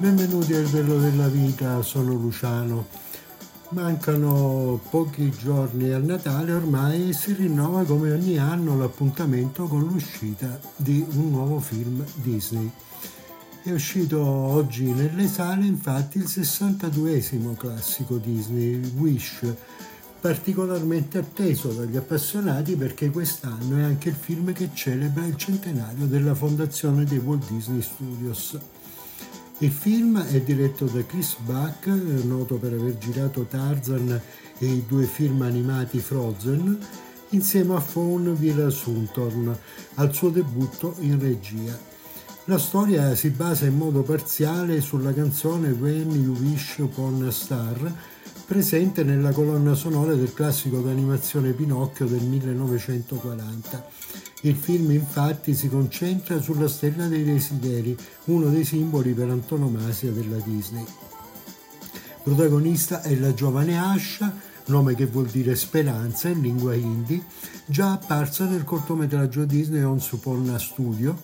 Benvenuti al Bello della Vita, sono Luciano. Mancano pochi giorni al Natale ormai e si rinnova come ogni anno l'appuntamento con l'uscita di un nuovo film Disney. È uscito oggi nelle sale infatti il 62esimo classico Disney, Wish, particolarmente atteso dagli appassionati perché quest'anno è anche il film che celebra il centenario della fondazione dei Walt Disney Studios. Il film è diretto da Chris Buck, noto per aver girato Tarzan e i due film animati Frozen, insieme a Fawn Willa-Suntorn, al suo debutto in regia. La storia si basa in modo parziale sulla canzone When You Wish Upon a Star, presente nella colonna sonora del classico d'animazione Pinocchio del 1940. Il film infatti si concentra sulla Stella dei Desideri, uno dei simboli per antonomasia della Disney. Protagonista è la giovane Asha, nome che vuol dire speranza in lingua hindi, già apparsa nel cortometraggio Disney Once Upon a Studio,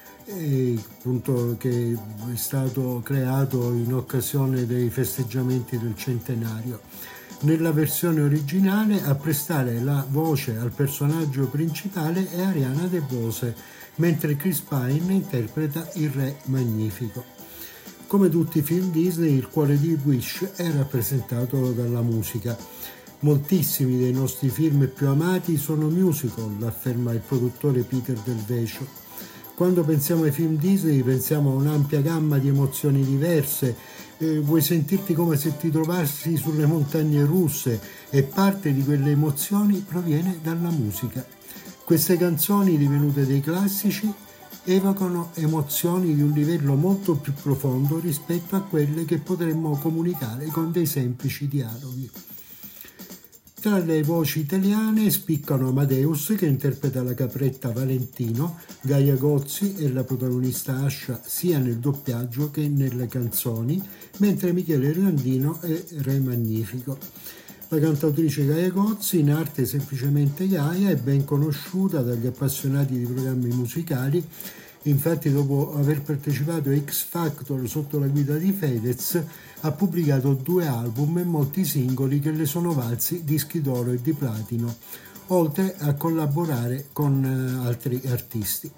appunto, che è stato creato in occasione dei festeggiamenti del centenario. Nella versione originale a prestare la voce al personaggio principale è Ariana DeBose, mentre Chris Pine interpreta il Re Magnifico. Come tutti i film Disney, il cuore di Wish è rappresentato dalla musica. Moltissimi dei nostri film più amati sono musical, afferma il produttore Peter Del Vecchio. Quando pensiamo ai film Disney pensiamo a un'ampia gamma di emozioni diverse, vuoi sentirti come se ti trovassi sulle montagne russe e parte di quelle emozioni proviene dalla musica. Queste canzoni divenute dei classici evocano emozioni di un livello molto più profondo rispetto a quelle che potremmo comunicare con dei semplici dialoghi. Tra le voci italiane spiccano Amadeus, che interpreta la capretta Valentino, Gaia Gozzi è la protagonista Asha sia nel doppiaggio che nelle canzoni, mentre Michele Randino è Re Magnifico. La cantautrice Gaia Gozzi, in arte semplicemente Gaia, è ben conosciuta dagli appassionati di programmi musicali. Infatti, dopo aver partecipato a X Factor sotto la guida di Fedez, ha pubblicato 2 album e molti singoli che le sono valsi dischi d'oro e di platino, oltre a collaborare con altri artisti.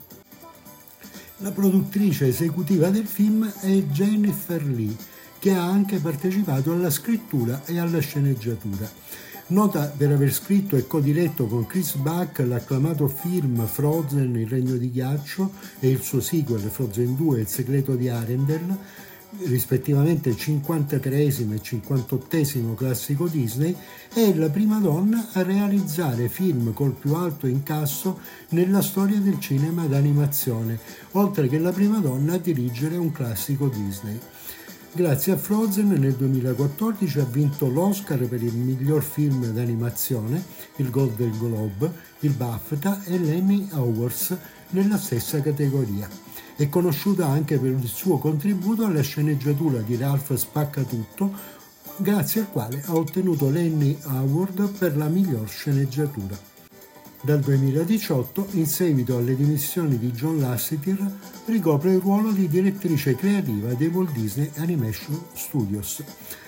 La produttrice esecutiva del film è Jennifer Lee, che ha anche partecipato alla scrittura e alla sceneggiatura. Nota per aver scritto e co-diretto con Chris Buck l'acclamato film Frozen, Il Regno di Ghiaccio, e il suo sequel Frozen 2, Il segreto di Arendelle, rispettivamente il 53esimo e 58esimo classico Disney, è la prima donna a realizzare film col più alto incasso nella storia del cinema d'animazione, oltre che la prima donna a dirigere un classico Disney. Grazie a Frozen nel 2014 ha vinto l'Oscar per il miglior film d'animazione, il Golden Globe, il BAFTA e l'Emmy Awards nella stessa categoria. È conosciuta anche per il suo contributo alla sceneggiatura di Ralph Spaccatutto, grazie al quale ha ottenuto l'Emmy Award per la miglior sceneggiatura. Dal 2018, in seguito alle dimissioni di John Lasseter, ricopre il ruolo di direttrice creativa dei Walt Disney Animation Studios.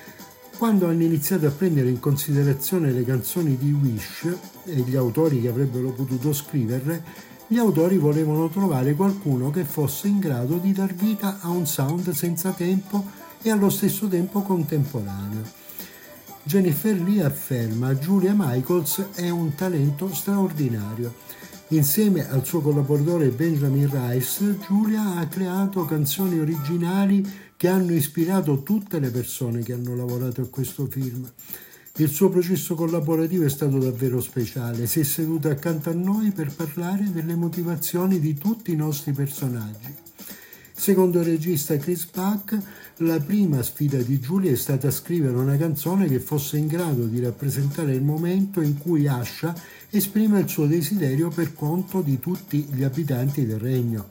Quando hanno iniziato a prendere in considerazione le canzoni di Wish e gli autori che avrebbero potuto scriverle, gli autori volevano trovare qualcuno che fosse in grado di dar vita a un sound senza tempo e allo stesso tempo contemporaneo. Jennifer Lee afferma: Julia Michaels è un talento straordinario. Insieme al suo collaboratore Benjamin Rice, Julia ha creato canzoni originali che hanno ispirato tutte le persone che hanno lavorato a questo film. Il suo processo collaborativo è stato davvero speciale. Si è seduta accanto a noi per parlare delle motivazioni di tutti i nostri personaggi. Secondo il regista Chris Buck, la prima sfida di Julia è stata scrivere una canzone che fosse in grado di rappresentare il momento in cui Asha esprime il suo desiderio per conto di tutti gli abitanti del regno.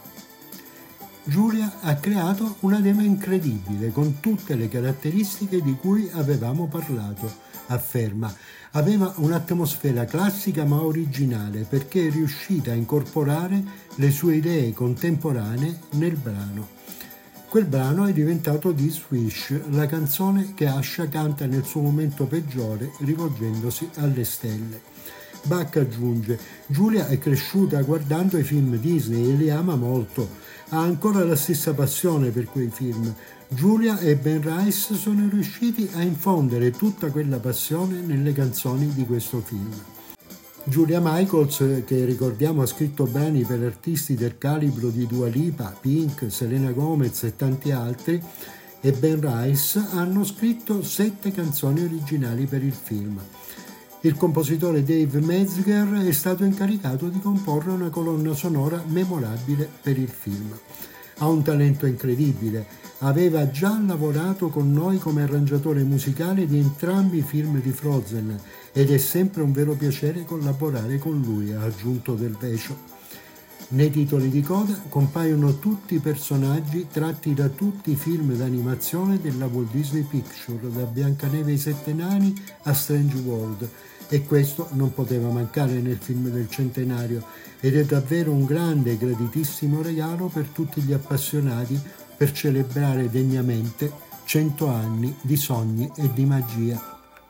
Julia ha creato una demo incredibile con tutte le caratteristiche di cui avevamo parlato, afferma. Aveva un'atmosfera classica ma originale perché è riuscita a incorporare le sue idee contemporanee nel brano. Quel brano è diventato This Wish, la canzone che Asha canta nel suo momento peggiore rivolgendosi alle stelle. Bach aggiunge: Giulia è cresciuta guardando i film Disney e li ama molto, ha ancora la stessa passione per quei film. Giulia e Ben Rice sono riusciti a infondere tutta quella passione nelle canzoni di questo film. Giulia Michaels, che ricordiamo ha scritto brani per artisti del calibro di Dua Lipa, Pink, Selena Gomez e tanti altri, e Ben Rice hanno scritto 7 canzoni originali per il film. Il compositore Dave Metzger è stato incaricato di comporre una colonna sonora memorabile per il film. Ha un talento incredibile, aveva già lavorato con noi come arrangiatore musicale di entrambi i film di Frozen ed è sempre un vero piacere collaborare con lui, ha aggiunto Del Vecchio. Nei titoli di coda compaiono tutti i personaggi tratti da tutti i film d'animazione della Walt Disney Pictures, da Biancaneve e i Sette Nani a Strange World, e questo non poteva mancare nel film del centenario ed è davvero un grande e graditissimo regalo per tutti gli appassionati per celebrare degnamente 100 anni di sogni e di magia.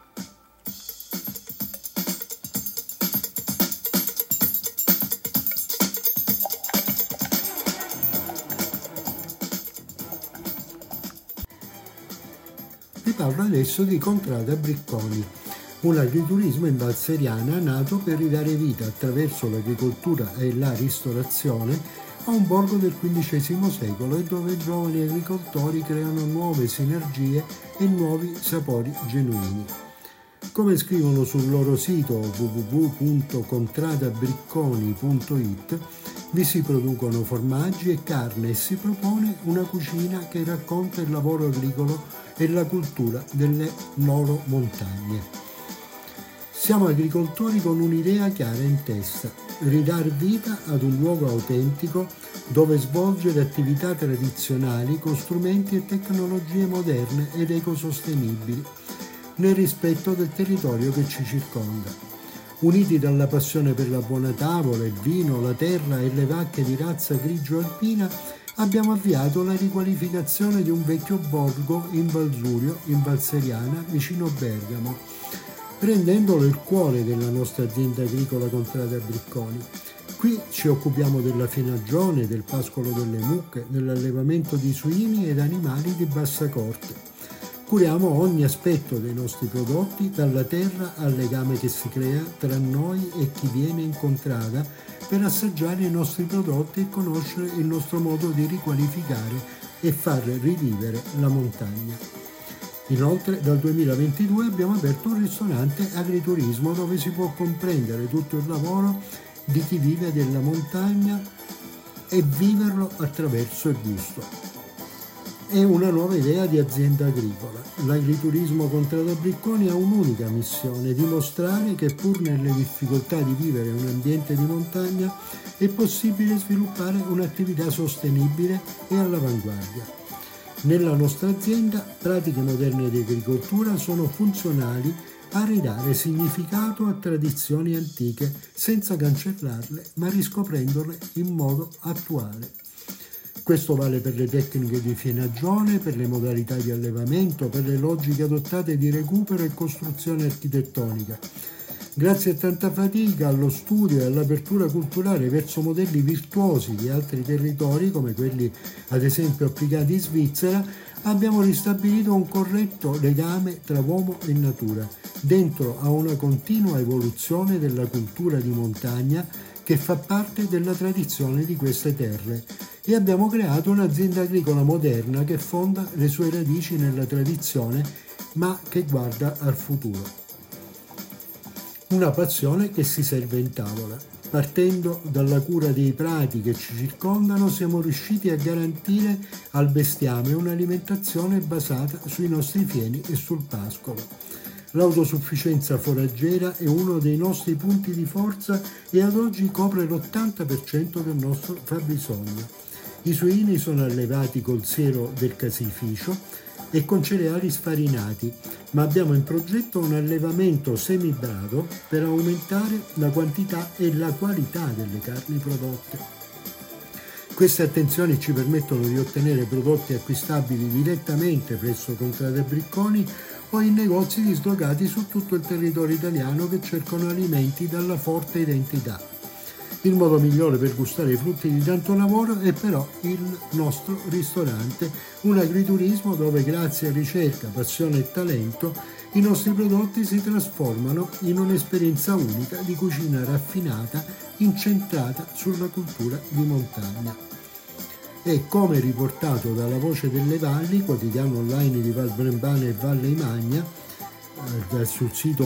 Vi parlo adesso di Contrada Bricconi, un agriturismo in Val Seriana nato per ridare vita attraverso l'agricoltura e la ristorazione a un borgo del XV secolo e dove giovani agricoltori creano nuove sinergie e nuovi sapori genuini. Come scrivono sul loro sito www.contradabricconi.it, vi si producono formaggi e carne e si propone una cucina che racconta il lavoro agricolo e la cultura delle loro montagne. Siamo agricoltori con un'idea chiara in testa: ridar vita ad un luogo autentico dove svolgere attività tradizionali con strumenti e tecnologie moderne ed ecosostenibili, nel rispetto del territorio che ci circonda. Uniti dalla passione per la buona tavola, il vino, la terra e le vacche di razza grigio-alpina, abbiamo avviato la riqualificazione di un vecchio borgo in Val Zurio, in Val Seriana, vicino Bergamo, rendendolo il cuore della nostra azienda agricola Contrada Bricconi. Qui ci occupiamo della fenagione, del pascolo delle mucche, dell'allevamento di suini ed animali di bassa corte. Curiamo ogni aspetto dei nostri prodotti, dalla terra al legame che si crea tra noi e chi viene in Contrada per assaggiare i nostri prodotti e conoscere il nostro modo di riqualificare e far rivivere la montagna. Inoltre dal 2022 abbiamo aperto un ristorante agriturismo dove si può comprendere tutto il lavoro di chi vive della montagna e viverlo attraverso il gusto. È una nuova idea di azienda agricola. L'agriturismo Contrada Bricconi ha un'unica missione: dimostrare che pur nelle difficoltà di vivere un ambiente di montagna è possibile sviluppare un'attività sostenibile e all'avanguardia. Nella nostra azienda, pratiche moderne di agricoltura sono funzionali a ridare significato a tradizioni antiche senza cancellarle, ma riscoprendole in modo attuale. Questo vale per le tecniche di fenagione, per le modalità di allevamento, per le logiche adottate di recupero e costruzione architettonica. Grazie a tanta fatica, allo studio e all'apertura culturale verso modelli virtuosi di altri territori, come quelli ad esempio applicati in Svizzera, abbiamo ristabilito un corretto legame tra uomo e natura, dentro a una continua evoluzione della cultura di montagna che fa parte della tradizione di queste terre, e abbiamo creato un'azienda agricola moderna che fonda le sue radici nella tradizione ma che guarda al futuro. Una passione che si serve in tavola. Partendo dalla cura dei prati che ci circondano, siamo riusciti a garantire al bestiame un'alimentazione basata sui nostri fieni e sul pascolo. L'autosufficienza foraggera è uno dei nostri punti di forza e ad oggi copre l'80% del nostro fabbisogno. I suini sono allevati col siero del caseificio e con cereali sfarinati, ma abbiamo in progetto un allevamento semibrado per aumentare la quantità e la qualità delle carni prodotte. Queste attenzioni ci permettono di ottenere prodotti acquistabili direttamente presso Contrada Bricconi o in negozi dislocati su tutto il territorio italiano che cercano alimenti dalla forte identità. Il modo migliore per gustare i frutti di tanto lavoro è però il nostro ristorante, un agriturismo dove grazie a ricerca, passione e talento i nostri prodotti si trasformano in un'esperienza unica di cucina raffinata incentrata sulla cultura di montagna. E come riportato dalla Voce delle Valli, quotidiano online di Val Brembana e Valle Imagna, sul sito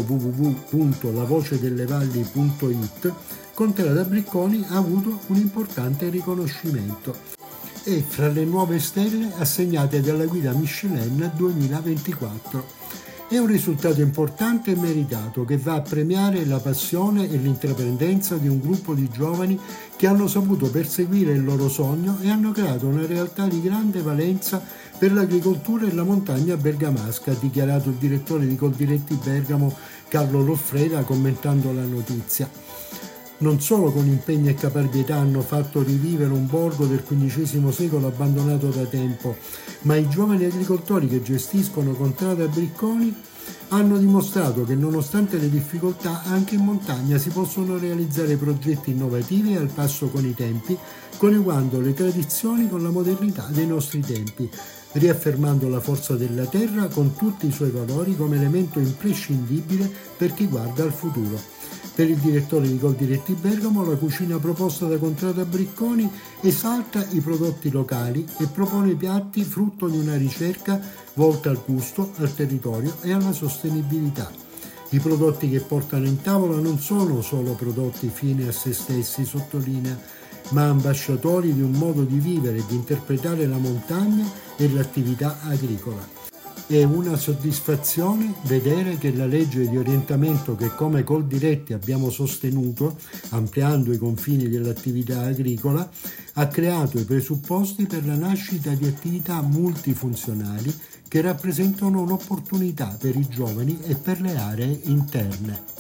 www.lavocedellevalli.it, Contrada Bricconi ha avuto un importante riconoscimento e fra le nuove stelle assegnate dalla guida Michelin 2024. È un risultato importante e meritato che va a premiare la passione e l'intraprendenza di un gruppo di giovani che hanno saputo perseguire il loro sogno e hanno creato una realtà di grande valenza per l'agricoltura e la montagna bergamasca, ha dichiarato il direttore di Coldiretti Bergamo Carlo Loffreda commentando la notizia. Non solo con impegno e caparbietà hanno fatto rivivere un borgo del XV secolo abbandonato da tempo, ma i giovani agricoltori che gestiscono Contrada Bricconi hanno dimostrato che nonostante le difficoltà anche in montagna si possono realizzare progetti innovativi e al passo con i tempi, coniugando le tradizioni con la modernità dei nostri tempi, riaffermando la forza della terra con tutti i suoi valori come elemento imprescindibile per chi guarda al futuro. Per il direttore di Coldiretti Bergamo, la cucina proposta da Contrada Bricconi esalta i prodotti locali e propone piatti frutto di una ricerca volta al gusto, al territorio e alla sostenibilità. I prodotti che portano in tavola non sono solo prodotti fini a se stessi, sottolinea, ma ambasciatori di un modo di vivere e di interpretare la montagna e l'attività agricola. È una soddisfazione vedere che la legge di orientamento che come Coldiretti abbiamo sostenuto, ampliando i confini dell'attività agricola, ha creato i presupposti per la nascita di attività multifunzionali che rappresentano un'opportunità per i giovani e per le aree interne.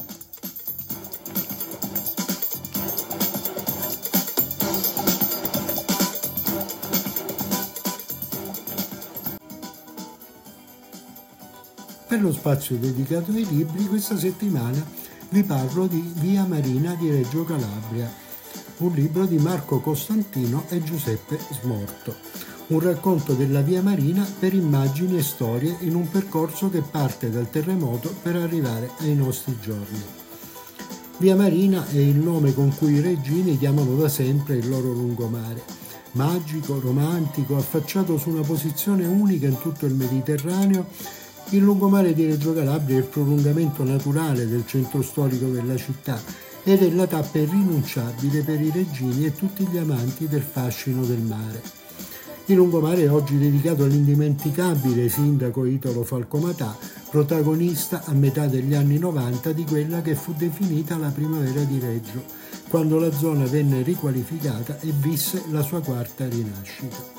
Per lo spazio dedicato ai libri, questa settimana vi parlo di Via Marina di Reggio Calabria, un libro di Marco Costantino e Giuseppe Smorto, un racconto della Via Marina per immagini e storie in un percorso che parte dal terremoto per arrivare ai nostri giorni. Via Marina è il nome con cui i reggini chiamano da sempre il loro lungomare, magico, romantico, affacciato su una posizione unica in tutto il Mediterraneo. Il lungomare di Reggio Calabria è il prolungamento naturale del centro storico della città ed è la tappa irrinunciabile per i reggini e tutti gli amanti del fascino del mare. Il lungomare è oggi dedicato all'indimenticabile sindaco Italo Falcomatà, protagonista a metà degli anni 90 di quella che fu definita la primavera di Reggio, quando la zona venne riqualificata e visse la sua quarta rinascita.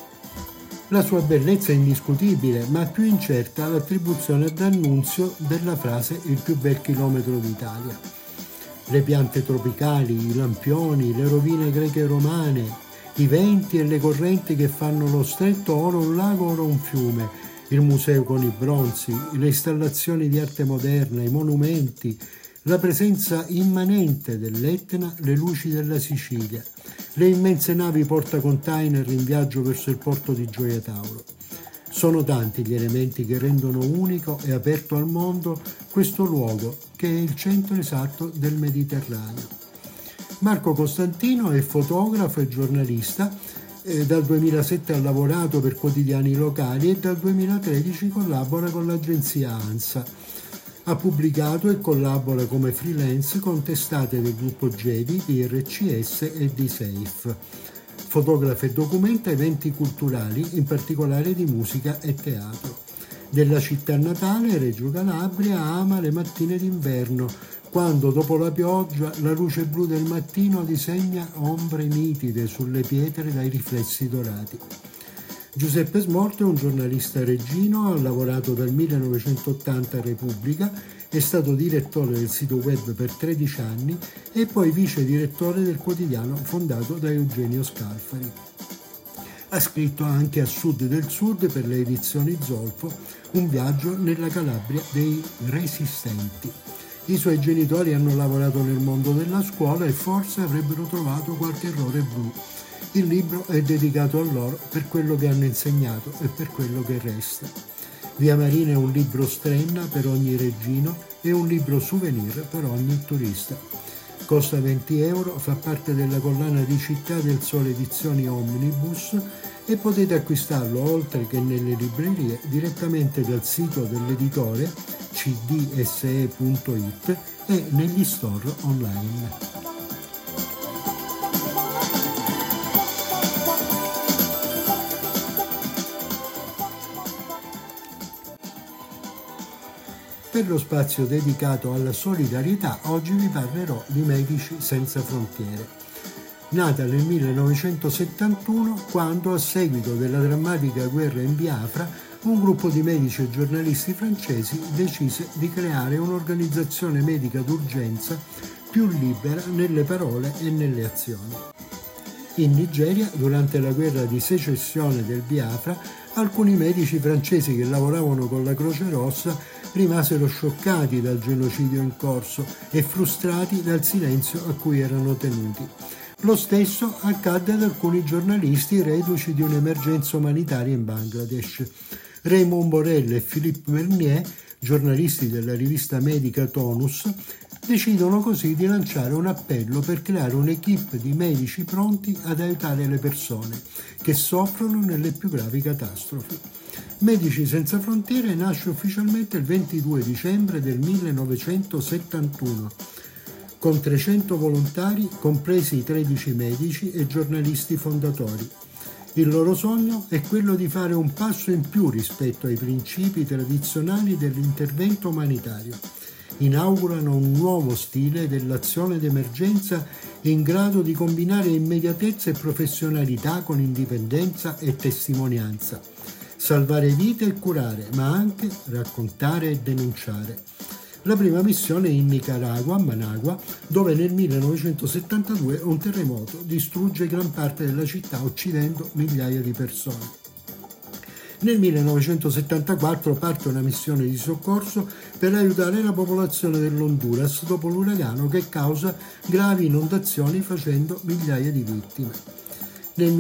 La sua bellezza è indiscutibile, ma più incerta l'attribuzione ad D'Annunzio della frase «il più bel chilometro d'Italia». Le piante tropicali, i lampioni, le rovine greche e romane, i venti e le correnti che fanno lo stretto ora un lago ora un fiume, il museo con i bronzi, le installazioni di arte moderna, i monumenti, la presenza immanente dell'Etna, le luci della Sicilia, le immense navi portacontainer in viaggio verso il porto di Gioia Tauro. Sono tanti gli elementi che rendono unico e aperto al mondo questo luogo che è il centro esatto del Mediterraneo. Marco Costantino è fotografo e giornalista, dal 2007 ha lavorato per quotidiani locali e dal 2013 collabora con l'agenzia ANSA. Ha pubblicato e collabora come freelance con testate del gruppo Gedi, di RCS e di Safe. Fotografa e documenta eventi culturali, in particolare di musica e teatro. Della città natale, Reggio Calabria, ama le mattine d'inverno, quando dopo la pioggia la luce blu del mattino disegna ombre nitide sulle pietre dai riflessi dorati. Giuseppe Smorto è un giornalista reggino, ha lavorato dal 1980 a Repubblica, è stato direttore del sito web per 13 anni e poi vice direttore del quotidiano fondato da Eugenio Scalfari. Ha scritto anche A Sud del Sud per le edizioni Zolfo, un viaggio nella Calabria dei resistenti. I suoi genitori hanno lavorato nel mondo della scuola e forse avrebbero trovato qualche errore blu. Il libro è dedicato a loro per quello che hanno insegnato e per quello che resta. Via Marina è un libro strenna per ogni reggino e un libro souvenir per ogni turista. Costa 20 euro, fa parte della collana di Città del Sole Edizioni Omnibus e potete acquistarlo oltre che nelle librerie direttamente dal sito dell'editore cdse.it e negli store online. Per lo spazio dedicato alla solidarietà, oggi vi parlerò di Medici Senza Frontiere. Nata nel 1971, quando, a seguito della drammatica guerra in Biafra, un gruppo di medici e giornalisti francesi decise di creare un'organizzazione medica d'urgenza più libera nelle parole e nelle azioni. In Nigeria, durante la guerra di secessione del Biafra, alcuni medici francesi che lavoravano con la Croce Rossa rimasero scioccati dal genocidio in corso e frustrati dal silenzio a cui erano tenuti. Lo stesso accadde ad alcuni giornalisti reduci di un'emergenza umanitaria in Bangladesh. Raymond Borel e Philippe Bernier, giornalisti della rivista medica Tonus, decidono così di lanciare un appello per creare un'equipe di medici pronti ad aiutare le persone che soffrono nelle più gravi catastrofi. Medici Senza Frontiere nasce ufficialmente il 22 dicembre del 1971, con 300 volontari, compresi i 13 medici e giornalisti fondatori. Il loro sogno è quello di fare un passo in più rispetto ai principi tradizionali dell'intervento umanitario. Inaugurano un nuovo stile dell'azione d'emergenza in grado di combinare immediatezza e professionalità con indipendenza e testimonianza. Salvare vite e curare, ma anche raccontare e denunciare. La prima missione è in Nicaragua, a Managua, dove nel 1972 un terremoto distrugge gran parte della città, uccidendo migliaia di persone. Nel 1974 parte una missione di soccorso per aiutare la popolazione dell'Honduras dopo l'uragano che causa gravi inondazioni facendo migliaia di vittime. Nel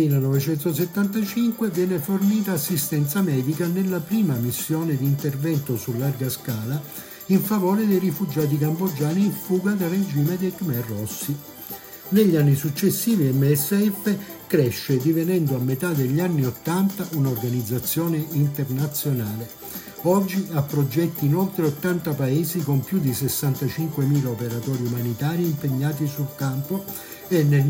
1975 viene fornita assistenza medica nella prima missione di intervento su larga scala in favore dei rifugiati cambogiani in fuga dal regime dei Khmer Rossi. Negli anni successivi MSF cresce divenendo a metà degli anni '80 un'organizzazione internazionale. Oggi ha progetti in oltre 80 paesi con più di 65.000 operatori umanitari impegnati sul campo e nel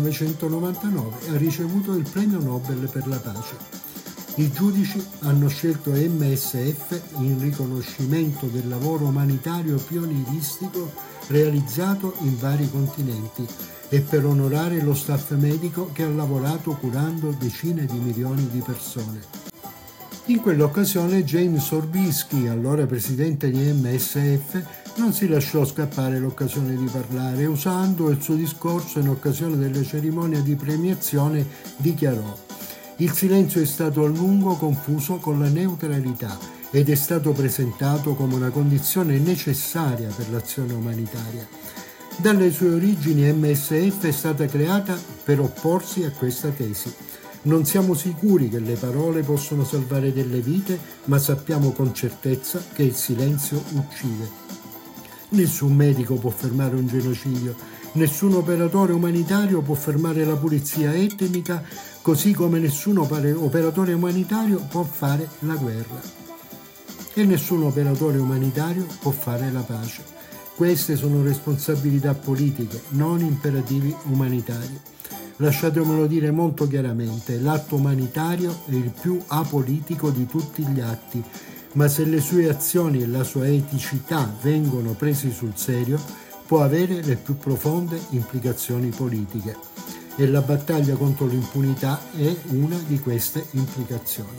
1999 ha ricevuto il Premio Nobel per la pace. I giudici hanno scelto MSF in riconoscimento del lavoro umanitario pionieristico realizzato in vari continenti e per onorare lo staff medico che ha lavorato curando decine di milioni di persone. In quell'occasione James Orbisky, allora presidente di MSF, non si lasciò scappare l'occasione di parlare e usando il suo discorso in occasione della cerimonia di premiazione dichiarò: «Il silenzio è stato a lungo confuso con la neutralità ed è stato presentato come una condizione necessaria per l'azione umanitaria. Dalle sue origini MSF è stata creata per opporsi a questa tesi. Non siamo sicuri che le parole possono salvare delle vite, ma sappiamo con certezza che il silenzio uccide. Nessun medico può fermare un genocidio, nessun operatore umanitario può fermare la pulizia etnica, così come nessun operatore umanitario può fare la guerra. E nessun operatore umanitario può fare la pace. Queste sono responsabilità politiche, non imperativi umanitari. Lasciatemelo dire molto chiaramente, l'atto umanitario è il più apolitico di tutti gli atti, ma se le sue azioni e la sua eticità vengono presi sul serio, può avere le più profonde implicazioni politiche. e la battaglia contro l'impunità è una di queste implicazioni.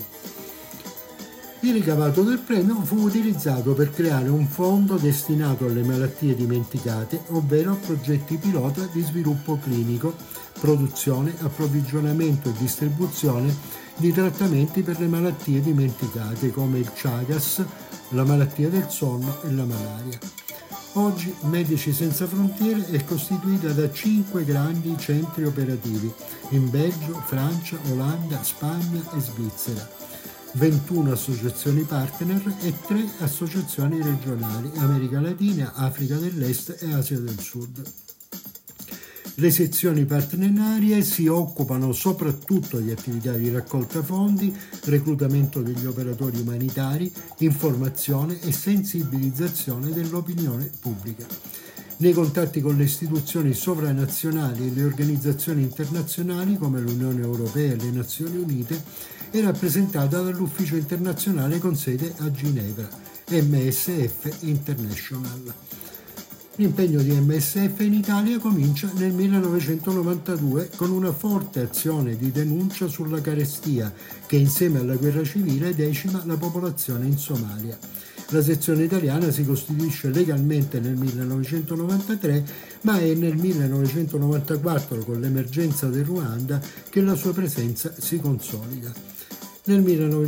Il ricavato del premio fu utilizzato per creare un fondo destinato alle malattie dimenticate, ovvero a progetti pilota di sviluppo clinico, produzione, approvvigionamento e distribuzione di trattamenti per le malattie dimenticate come il Chagas, la malattia del sonno e la malaria. Oggi Medici Senza Frontiere è costituita da 5 grandi centri operativi in Belgio, Francia, Olanda, Spagna e Svizzera, 21 associazioni partner e 3 associazioni regionali, America Latina, Africa dell'Est e Asia del Sud. Le sezioni partenarie si occupano soprattutto di attività di raccolta fondi, reclutamento degli operatori umanitari, informazione e sensibilizzazione dell'opinione pubblica. Nei contatti con le istituzioni sovranazionali e le organizzazioni internazionali come l'Unione Europea e le Nazioni Unite è rappresentata dall'Ufficio internazionale con sede a Ginevra, MSF International. L'impegno di MSF in Italia comincia nel 1992 con una forte azione di denuncia sulla carestia che insieme alla guerra civile decima la popolazione in Somalia. La sezione italiana si costituisce legalmente nel 1993, ma è nel 1994 con l'emergenza del Ruanda che la sua presenza si consolida. Nel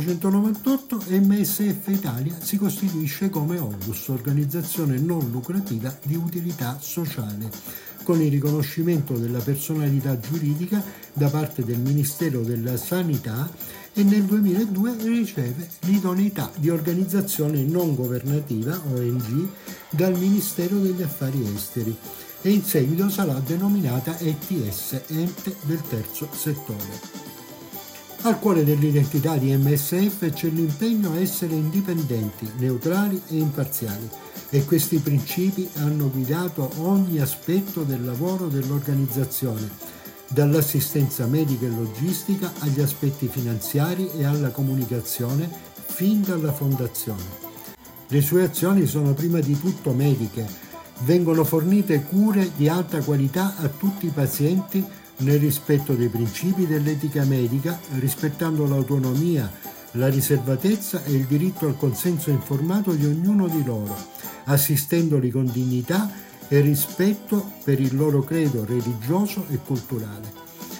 1998 MSF Italia si costituisce come Onlus, organizzazione non lucrativa di utilità sociale, con il riconoscimento della personalità giuridica da parte del Ministero della Sanità e nel 2002 riceve l'idoneità di organizzazione non governativa, ONG, dal Ministero degli Affari Esteri e in seguito sarà denominata ETS, Ente del Terzo Settore. Al cuore dell'identità di MSF c'è l'impegno a essere indipendenti, neutrali e imparziali e questi principi hanno guidato ogni aspetto del lavoro dell'organizzazione, dall'assistenza medica e logistica agli aspetti finanziari e alla comunicazione fin dalla fondazione. Le sue azioni sono prima di tutto mediche, vengono fornite cure di alta qualità a tutti i pazienti nel rispetto dei principi dell'etica medica, rispettando l'autonomia, la riservatezza e il diritto al consenso informato di ognuno di loro, assistendoli con dignità e rispetto per il loro credo religioso e culturale.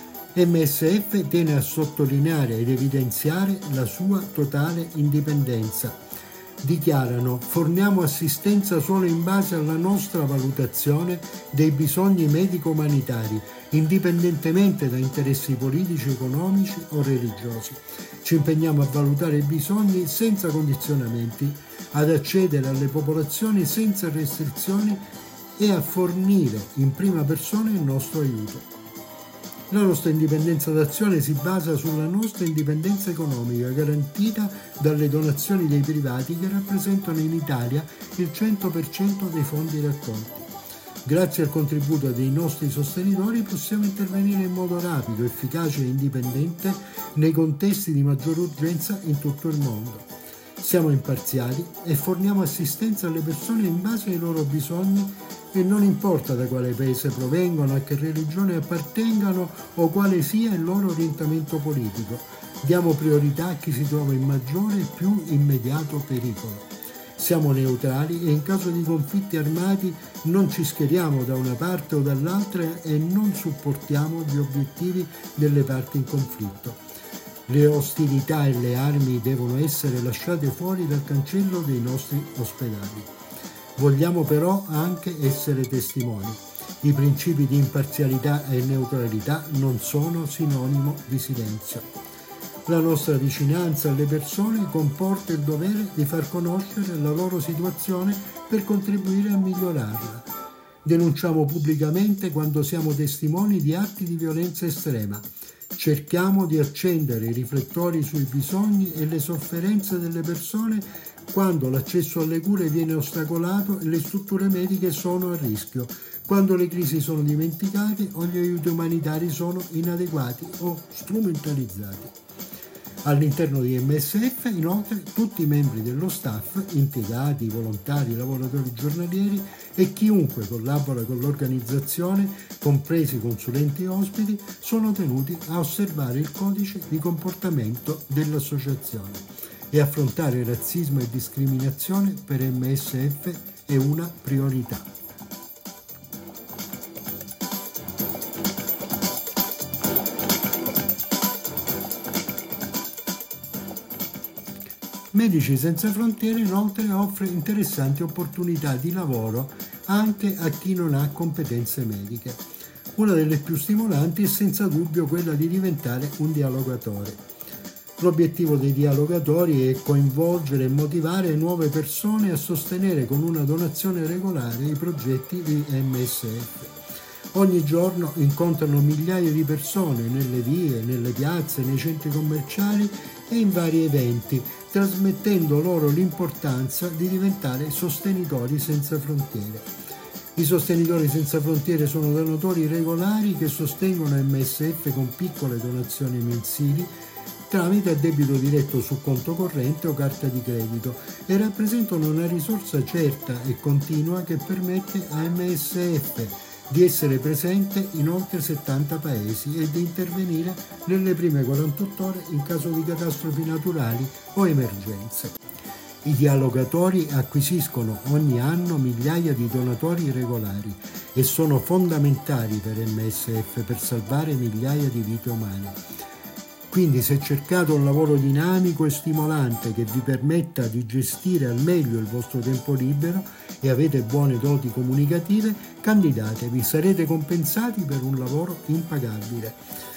MSF tiene a sottolineare ed evidenziare la sua totale indipendenza. Dichiarano: forniamo assistenza solo in base alla nostra valutazione dei bisogni medico-umanitari, indipendentemente da interessi politici, economici o religiosi. Ci impegniamo a valutare i bisogni senza condizionamenti, ad accedere alle popolazioni senza restrizioni e a fornire in prima persona il nostro aiuto. La nostra indipendenza d'azione si basa sulla nostra indipendenza economica, garantita dalle donazioni dei privati che rappresentano in Italia il 100% dei fondi raccolti. Grazie al contributo dei nostri sostenitori possiamo intervenire in modo rapido, efficace e indipendente nei contesti di maggior urgenza in tutto il mondo. Siamo imparziali e forniamo assistenza alle persone in base ai loro bisogni e non importa da quale paese provengono, a che religione appartengano o quale sia il loro orientamento politico. Diamo priorità a chi si trova in maggiore e più immediato pericolo. Siamo neutrali e in caso di conflitti armati non ci schieriamo da una parte o dall'altra e non supportiamo gli obiettivi delle parti in conflitto. Le ostilità e le armi devono essere lasciate fuori dal cancello dei nostri ospedali. Vogliamo però anche essere testimoni. I principi di imparzialità e neutralità non sono sinonimo di silenzio. La nostra vicinanza alle persone comporta il dovere di far conoscere la loro situazione per contribuire a migliorarla. Denunciamo pubblicamente quando siamo testimoni di atti di violenza estrema. Cerchiamo di accendere i riflettori sui bisogni e le sofferenze delle persone quando l'accesso alle cure viene ostacolato e le strutture mediche sono a rischio, quando le crisi sono dimenticate o gli aiuti umanitari sono inadeguati o strumentalizzati. All'interno di MSF, inoltre, tutti i membri dello staff, impiegati, volontari, lavoratori giornalieri e chiunque collabora con l'organizzazione, compresi consulenti e ospiti, sono tenuti a osservare il codice di comportamento dell'associazione e affrontare razzismo e discriminazione per MSF è una priorità. Medici Senza Frontiere inoltre offre interessanti opportunità di lavoro anche a chi non ha competenze mediche. Una delle più stimolanti è senza dubbio quella di diventare un dialogatore. L'obiettivo dei dialogatori è coinvolgere e motivare nuove persone a sostenere con una donazione regolare i progetti di MSF. Ogni giorno incontrano migliaia di persone nelle vie, nelle piazze, nei centri commerciali e in vari eventi, trasmettendo loro l'importanza di diventare sostenitori senza frontiere. I sostenitori senza frontiere sono donatori regolari che sostengono MSF con piccole donazioni mensili tramite addebito diretto su conto corrente o carta di credito e rappresentano una risorsa certa e continua che permette a MSF di essere presente in oltre 70 paesi e di intervenire nelle prime 48 ore in caso di catastrofi naturali o emergenze. I dialogatori acquisiscono ogni anno migliaia di donatori regolari e sono fondamentali per MSF per salvare migliaia di vite umane. Quindi se cercate un lavoro dinamico e stimolante che vi permetta di gestire al meglio il vostro tempo libero e avete buone doti comunicative, candidatevi, sarete compensati per un lavoro impagabile.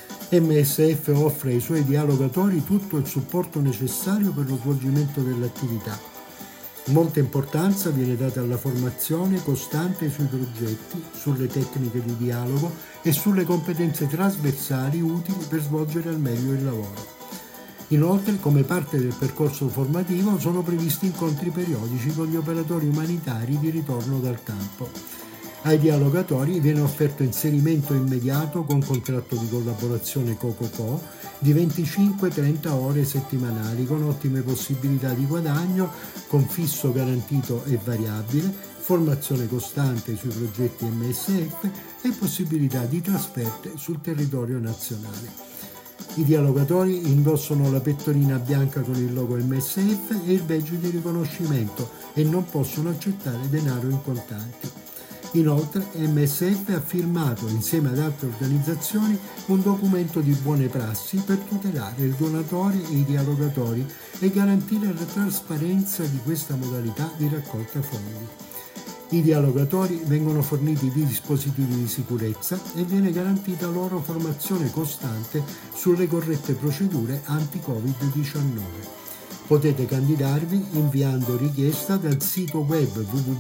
MSF offre ai suoi dialogatori tutto il supporto necessario per lo svolgimento dell'attività. Molta importanza viene data alla formazione costante sui progetti, sulle tecniche di dialogo e sulle competenze trasversali utili per svolgere al meglio il lavoro. Inoltre, come parte del percorso formativo, sono previsti incontri periodici con gli operatori umanitari di ritorno dal campo. Ai dialogatori viene offerto inserimento immediato con contratto di collaborazione co-co-co di 25-30 ore settimanali con ottime possibilità di guadagno, con fisso garantito e variabile, formazione costante sui progetti MSF e possibilità di trasferte sul territorio nazionale. I dialogatori indossano la pettorina bianca con il logo MSF e il badge di riconoscimento e non possono accettare denaro in contanti. Inoltre MSF ha firmato insieme ad altre organizzazioni un documento di buone prassi per tutelare il donatore e i dialogatori e garantire la trasparenza di questa modalità di raccolta fondi. I dialogatori vengono forniti di dispositivi di sicurezza e viene garantita loro formazione costante sulle corrette procedure anti-Covid-19. Potete candidarvi inviando richiesta dal sito web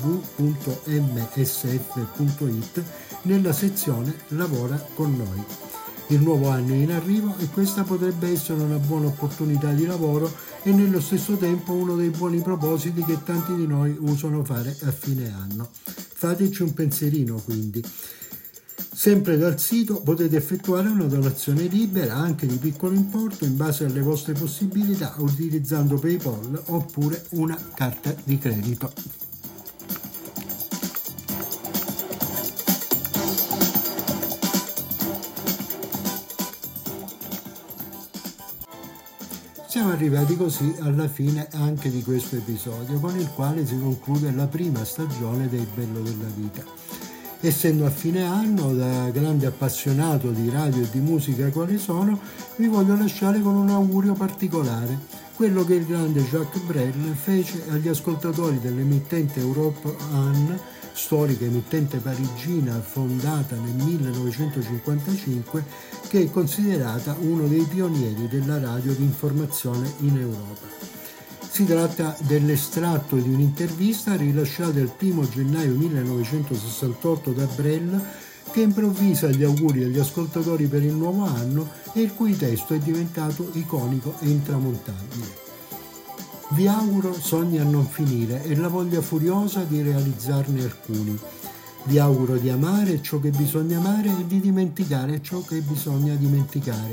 www.msf.it nella sezione Lavora con noi. Il nuovo anno è in arrivo e questa potrebbe essere una buona opportunità di lavoro e nello stesso tempo uno dei buoni propositi che tanti di noi usano fare a fine anno. Fateci un pensierino quindi. Sempre dal sito potete effettuare una donazione libera anche di piccolo importo in base alle vostre possibilità utilizzando PayPal oppure una carta di credito. Siamo arrivati così alla fine anche di questo episodio, con il quale si conclude la prima stagione del Bello della Vita. Essendo a fine anno, da grande appassionato di radio e di musica quale sono, vi voglio lasciare con un augurio particolare, quello che il grande Jacques Brel fece agli ascoltatori dell'emittente Europe 1, storica emittente parigina fondata nel 1955, che è considerata uno dei pionieri della radio di informazione in Europa. Si tratta dell'estratto di un'intervista rilasciata il 1 gennaio 1968 da Brel, che improvvisa gli auguri agli ascoltatori per il nuovo anno e il cui testo è diventato iconico e intramontabile. Vi auguro sogni a non finire e la voglia furiosa di realizzarne alcuni. Vi auguro di amare ciò che bisogna amare e di dimenticare ciò che bisogna dimenticare.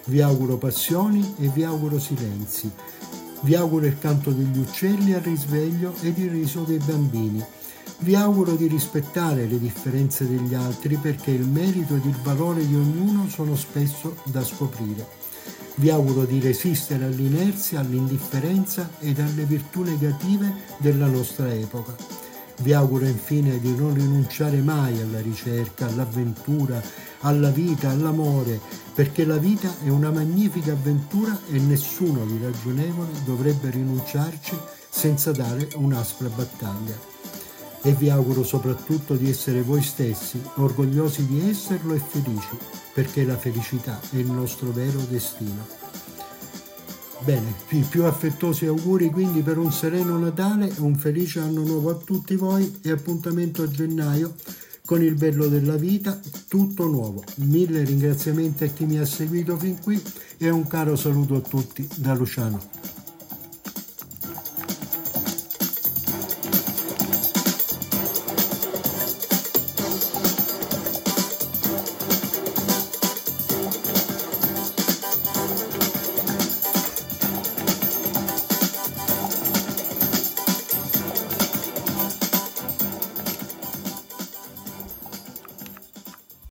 Vi auguro passioni e vi auguro silenzi. Vi auguro il canto degli uccelli al risveglio ed il riso dei bambini. Vi auguro di rispettare le differenze degli altri perché il merito ed il valore di ognuno sono spesso da scoprire. Vi auguro di resistere all'inerzia, all'indifferenza ed alle virtù negative della nostra epoca. Vi auguro infine di non rinunciare mai alla ricerca, all'avventura, alla vita, all'amore, perché la vita è una magnifica avventura e nessuno di ragionevole dovrebbe rinunciarci senza dare un'aspra battaglia. E vi auguro soprattutto di essere voi stessi, orgogliosi di esserlo e felici, perché la felicità è il nostro vero destino. Bene, i più affettuosi auguri quindi per un sereno Natale, un felice anno nuovo a tutti voi e appuntamento a gennaio con il bello della vita, tutto nuovo. Mille ringraziamenti a chi mi ha seguito fin qui e un caro saluto a tutti da Luciano.